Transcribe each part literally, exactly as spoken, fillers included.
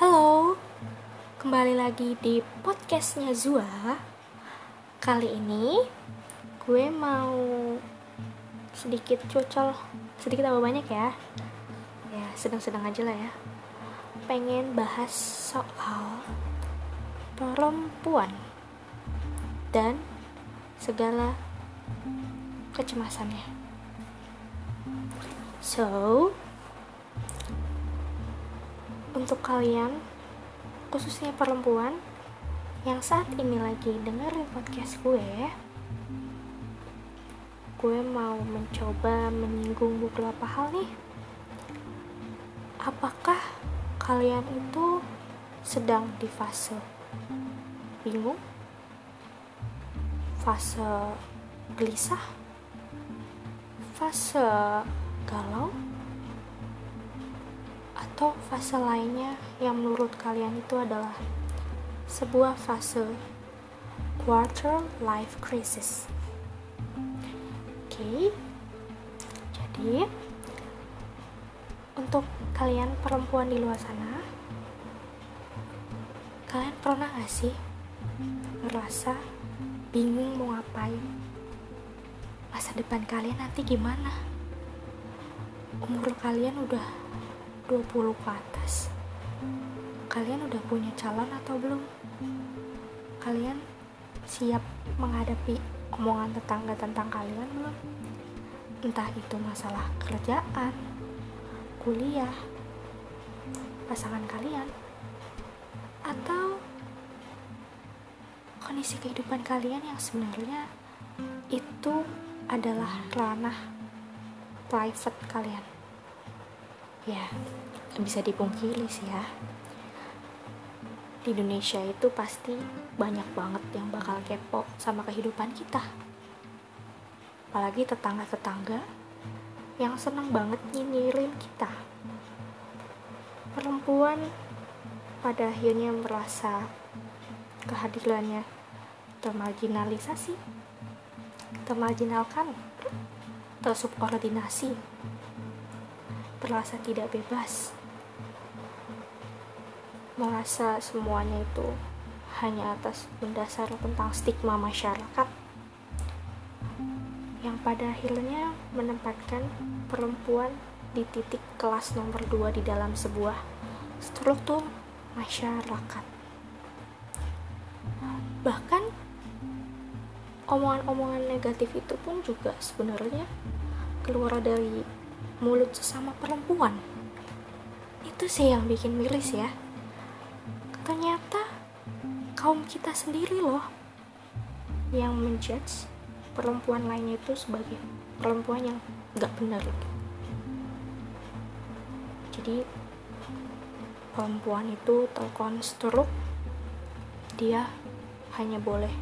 Halo, kembali lagi di podcastnya Zua. Kali ini gue mau sedikit cocol, sedikit apa banyak ya Ya sedang-sedang aja lah ya. Pengen bahas soal perempuan dan segala kecemasannya. So, untuk kalian, khususnya perempuan yang saat ini lagi dengerin podcast gue, gue mau mencoba menyinggung beberapa hal nih. Apakah kalian itu sedang di fase bingung, fase gelisah, fase galau, atau fase lainnya yang menurut kalian itu adalah sebuah fase quarter life crisis? Oke, okay. Jadi untuk kalian perempuan di luar sana, kalian pernah gak sih ngerasa bingung mau ngapain? Masa depan kalian nanti gimana? Umur kalian udah dua puluh ke atas. Kalian udah punya calon atau belum? Kalian siap menghadapi omongan tetangga tentang kalian belum? Entah itu masalah kerjaan, kuliah, pasangan kalian, atau kondisi kehidupan kalian yang sebenarnya itu adalah ranah private kalian. Ya, bisa dipungkiri sih ya, di Indonesia itu pasti banyak banget yang bakal kepo sama kehidupan kita. Apalagi tetangga-tetangga yang senang banget nyinyirin kita. Perempuan pada akhirnya merasa kehadirannya termarginalisasi, termarginalkan, tersubordinasi, merasa tidak bebas, merasa semuanya itu hanya atas mendasar tentang stigma masyarakat yang pada akhirnya menempatkan perempuan di titik kelas nomor dua di dalam sebuah struktur masyarakat. Bahkan omongan-omongan negatif itu pun juga sebenarnya keluar dari mulut sesama perempuan. Itu sih yang bikin miris ya. Ternyata kaum kita sendiri loh yang menjudge perempuan lainnya itu sebagai perempuan yang gak benar. Jadi perempuan itu terkonstruk dia hanya boleh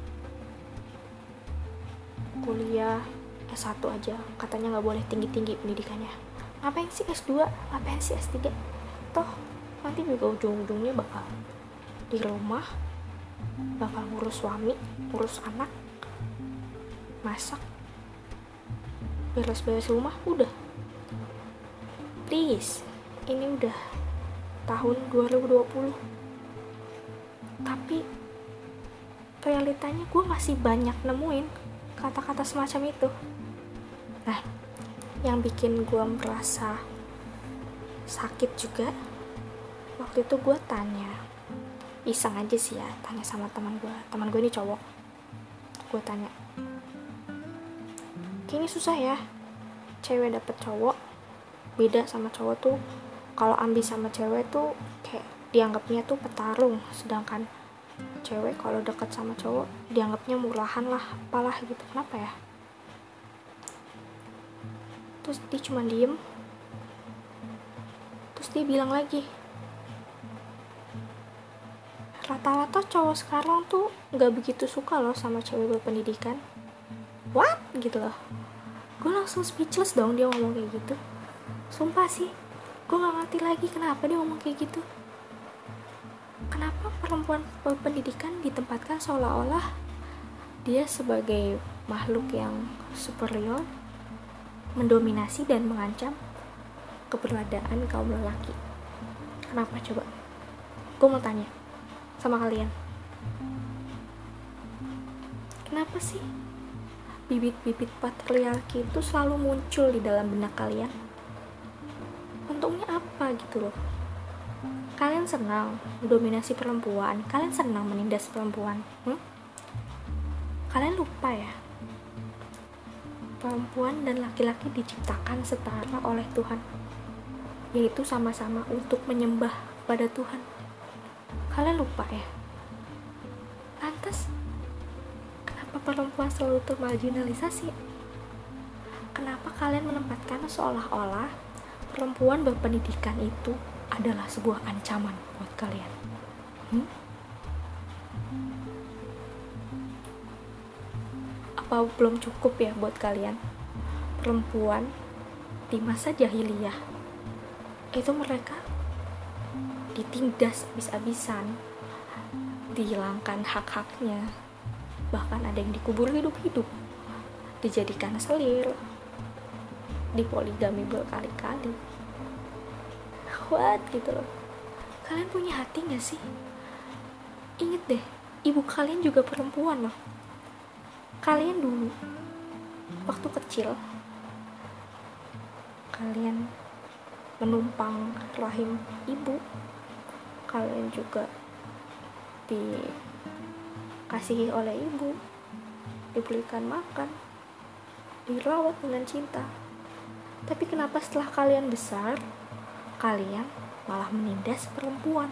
kuliah S satu aja, katanya gak boleh tinggi-tinggi pendidikannya. Ngapain sih S dua? Ngapain sih S tiga? Toh nanti juga ujung-ujungnya bakal di rumah, bakal ngurus suami, ngurus anak, masak, beres-beres rumah, udah. Please, ini udah tahun dua ribu dua puluh, tapi realitanya gue masih banyak nemuin kata-kata semacam itu. Nah, yang bikin gue merasa sakit juga, waktu itu gue tanya, iseng aja sih ya, tanya sama teman gue. Teman gue ini cowok. Gue tanya, kayaknya susah ya cewek dapet cowok. Beda sama cowok tuh, kalau ambis sama cewek tuh kayak dianggapnya tuh petarung, sedangkan cewek kalau deket sama cowok dianggapnya murahan lah, apalah gitu. Kenapa ya? Terus dia cuma diem. Terus dia bilang lagi, rata-rata cowok sekarang tuh gak begitu suka loh sama cewek berpendidikan. What? Gitu loh. Gue langsung speechless dong dia ngomong kayak gitu. Sumpah sih, gue gak ngerti lagi kenapa dia ngomong kayak gitu. Kenapa perempuan berpendidikan ditempatkan seolah-olah dia sebagai makhluk yang superior, mendominasi dan mengancam keberadaan kaum lelaki? Kenapa coba? Gue mau tanya sama kalian, kenapa sih bibit-bibit patriarki itu selalu muncul di dalam benak kalian? Untungnya apa gitu loh? Kalian senang mendominasi perempuan, kalian senang menindas perempuan, hmm? Kalian lupa ya, perempuan dan laki-laki diciptakan setara oleh Tuhan, yaitu sama-sama untuk menyembah pada Tuhan. Kalian lupa ya? Lantas kenapa perempuan selalu termarginalisasi? Kenapa kalian menempatkan seolah-olah perempuan berpendidikan itu adalah sebuah ancaman buat kalian? Hmm? Apa belum cukup ya buat kalian? Perempuan di masa jahiliyah itu mereka ditindas habis-habisan, dihilangkan hak-haknya, bahkan ada yang dikubur hidup-hidup, dijadikan selir, dipoligami berkali-kali. What gitu loh. Kalian punya hati gak sih? Ingat deh, ibu kalian juga perempuan loh. Kalian dulu waktu kecil kalian menumpang rahim ibu, kalian juga dikasihi oleh ibu, diberikan makan, dirawat dengan cinta. Tapi kenapa setelah kalian besar, kalian malah menindas perempuan?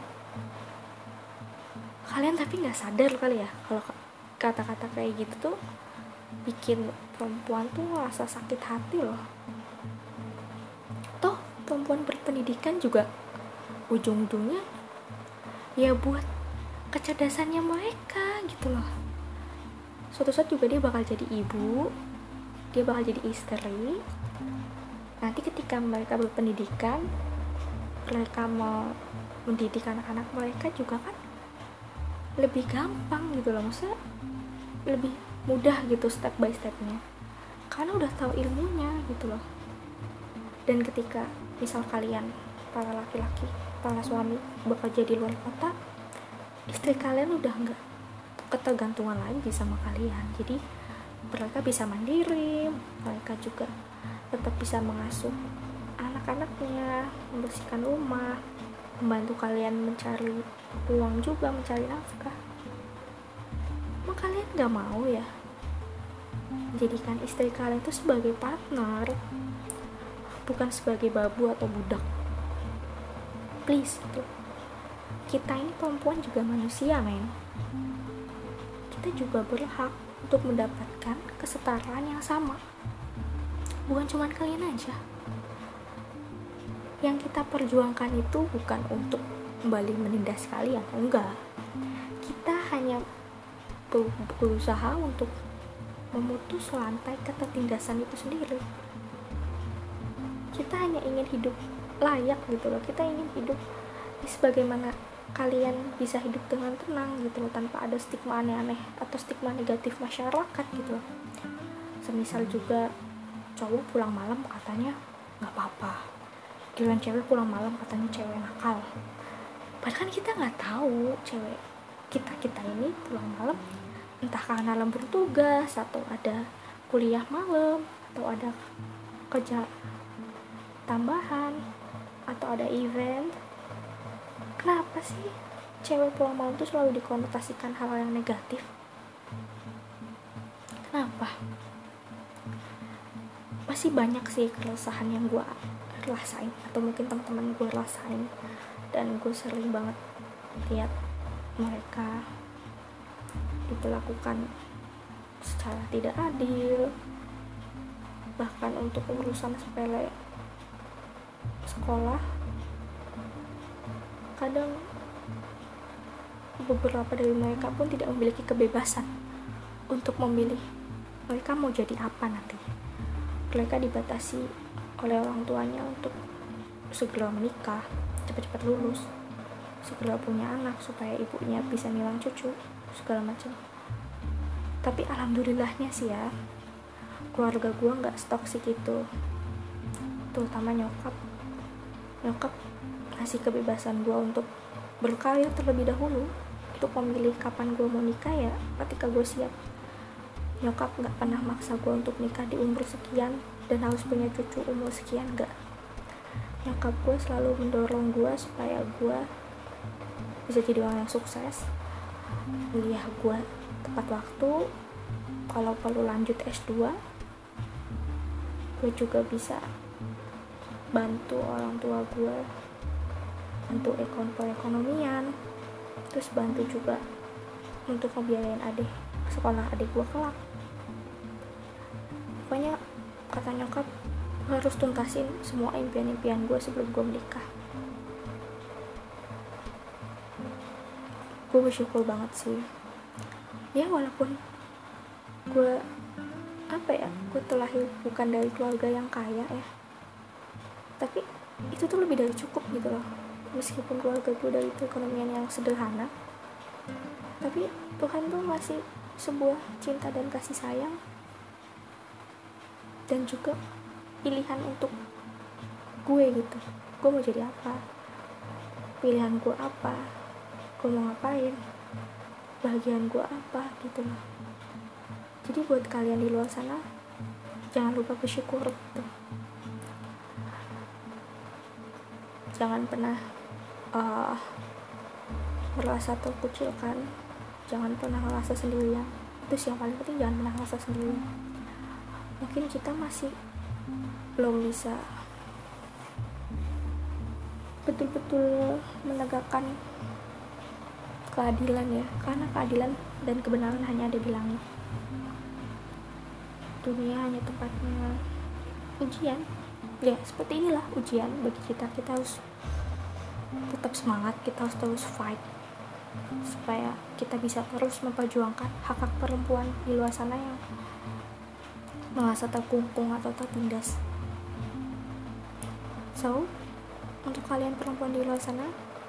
Kalian tapi gak sadar kali ya, kalau kata-kata kayak gitu tuh bikin perempuan tuh merasa sakit hati loh. Toh perempuan berpendidikan juga ujung-ujungnya ya buat kecerdasannya mereka gitu loh. Suatu saat juga dia bakal jadi ibu, dia bakal jadi istri. Nanti ketika mereka berpendidikan, mereka mau mendidik anak-anak mereka juga kan lebih gampang gitu loh, maksudnya lebih mudah gitu step by stepnya, karena udah tahu ilmunya gitu loh. Dan ketika misal kalian para laki-laki, para suami bekerja di luar kota, istri kalian udah nggak ketergantungan lagi sama kalian, jadi mereka bisa mandiri, mereka juga tetap bisa mengasuh anak-anaknya, membersihkan rumah, membantu kalian mencari uang juga, mencari nafkah. Emang kalian gak mau ya menjadikan istri kalian itu sebagai partner, bukan sebagai babu atau budak? Please gitu. Kita ini perempuan juga manusia, men. Kita juga berhak untuk mendapatkan kesetaraan yang sama. Bukan cuma kalian aja. Yang kita perjuangkan itu bukan untuk kembali menindas kalian, enggak. Kita hanya berusaha untuk memutus rantai ketertindasan itu sendiri. Kita hanya ingin hidup layak gitu loh. Kita ingin hidup sebagaimana kalian bisa hidup dengan tenang gitu loh, tanpa ada stigma aneh-aneh atau stigma negatif masyarakat gitu loh. Semisal juga cowok pulang malam katanya nggak apa-apa, giliran cewek pulang malam katanya cewek nakal. Padahal kan kita nggak tahu cewek kita kita ini pulang malam entah karena lembur tugas atau ada kuliah malam atau ada kerja tambahan atau ada event. Kenapa sih cewek pulang malam tuh selalu dikonotasikan hal yang negatif? Kenapa? Masih banyak sih keresahan yang gue rasain, atau mungkin teman-teman gue rasain, dan gue sering banget lihat mereka diperlakukan secara tidak adil, bahkan untuk urusan sepele sekolah. Kadang beberapa dari mereka pun tidak memiliki kebebasan untuk memilih mereka mau jadi apa nanti. Mereka dibatasi oleh orang tuanya untuk segera menikah, cepat-cepat lulus, segera punya anak supaya ibunya bisa nilang cucu, segala macam. Tapi alhamdulillahnya sih ya, keluarga gue nggak toksik itu, terutama nyokap. Nyokap ngasih kebebasan gue untuk berkarir terlebih dahulu untuk memilih kapan gue mau nikah ya ketika gue siap. Nyokap nggak pernah maksa gue untuk nikah di umur sekian dan harus punya cucu umur sekian, nggak. Nyokap gue selalu mendorong gue supaya gue bisa jadi orang yang sukses, kuliah gue tepat waktu, kalau perlu lanjut S dua. Gue juga bisa bantu orang tua gue, bantu ekon perekonomian, terus bantu juga untuk ngebiayain adik sekolah adik gue kelak. Pokoknya kata nyokap, gue harus tuntasin semua impian-impian gue sebelum gue menikah. Gue bersyukur banget sih ya, walaupun gue apa ya gue terlahir bukan dari keluarga yang kaya ya, tapi itu tuh lebih dari cukup gitu loh. Meskipun keluarga gue dari perekonomian yang sederhana, tapi Tuhan tuh masih sebuah cinta dan kasih sayang, dan juga pilihan untuk gue gitu. Gue mau jadi apa, pilihan gue apa, gue mau ngapain, bahagian gue apa gitu loh. Jadi buat kalian di luar sana, jangan lupa bersyukur gitu. Jangan pernah uh, merasa terkucilkan, jangan pernah merasa sendirian. Itu sih yang paling penting, jangan pernah merasa sendirian. Mungkin kita masih belum bisa betul-betul menegakkan keadilan ya, karena keadilan dan kebenaran hanya ada di langit. Dunia hanya tempatnya ujian ya, seperti inilah ujian bagi kita. Kita harus tetap semangat, kita harus terus fight supaya kita bisa terus memperjuangkan hak-hak perempuan di luar sana yang merasa terkungkung atau tertindas. So, untuk kalian perempuan di luar sana,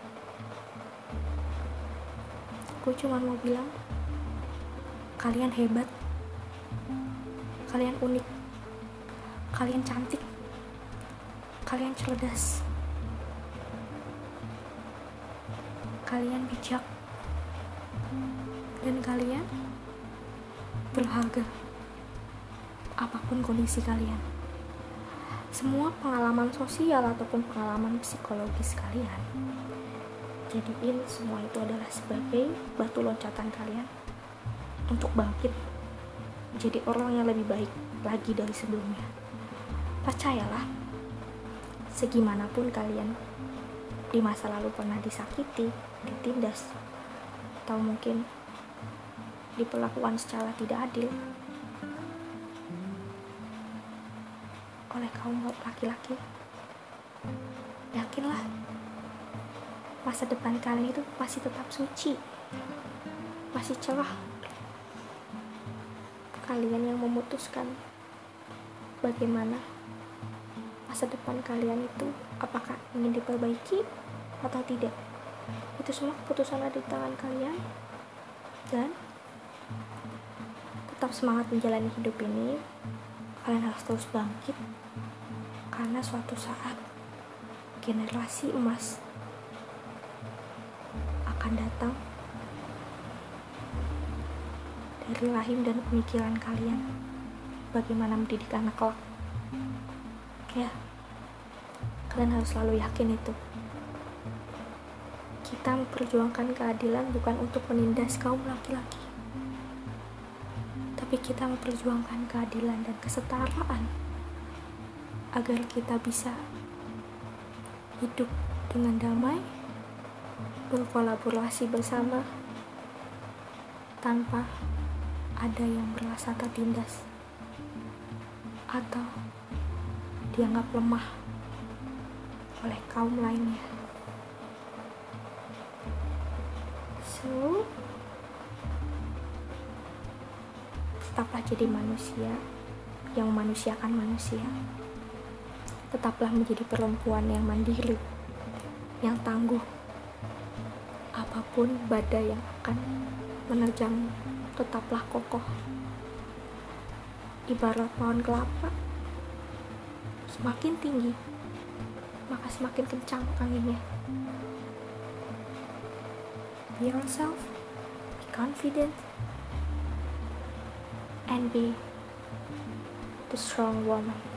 gue cuma mau bilang, kalian hebat, kalian unik, kalian cantik, kalian cerdas, kalian bijak, dan kalian berharga apapun kondisi kalian. Semua pengalaman sosial ataupun pengalaman psikologis kalian, jadiin semua itu adalah sebagai batu loncatan kalian untuk bangkit jadi orang yang lebih baik lagi dari sebelumnya. Percayalah, segimanapun kalian di masa lalu pernah disakiti, ditindas, atau mungkin diperlakukan secara tidak adil oleh kaum laki-laki, yakinlah masa depan kalian itu masih tetap suci, masih cerah. Kalian yang memutuskan bagaimana masa depan kalian itu, apakah ingin diperbaiki atau tidak. Itu semua keputusan ada di tangan kalian, dan tetap semangat menjalani hidup ini. Kalian harus terus bangkit, karena suatu saat generasi emas akan datang dari rahim dan pemikiran kalian bagaimana mendidik anak kelak. Ya, kalian harus selalu yakin itu. Kita memperjuangkan keadilan bukan untuk menindas kaum laki-laki, tapi kita memperjuangkan keadilan dan kesetaraan agar kita bisa hidup dengan damai, berkolaborasi bersama tanpa ada yang merasa tertindas atau dianggap lemah oleh kaum lainnya. So, tetaplah jadi manusia yang memanusiakan manusia. Tetaplah menjadi perempuan yang mandiri, yang tangguh. Apapun badai yang akan menerjang, tetaplah kokoh. Ibarat pohon kelapa, semakin tinggi maka semakin kencang anginnya. Be yourself, be confident, and be the strong woman.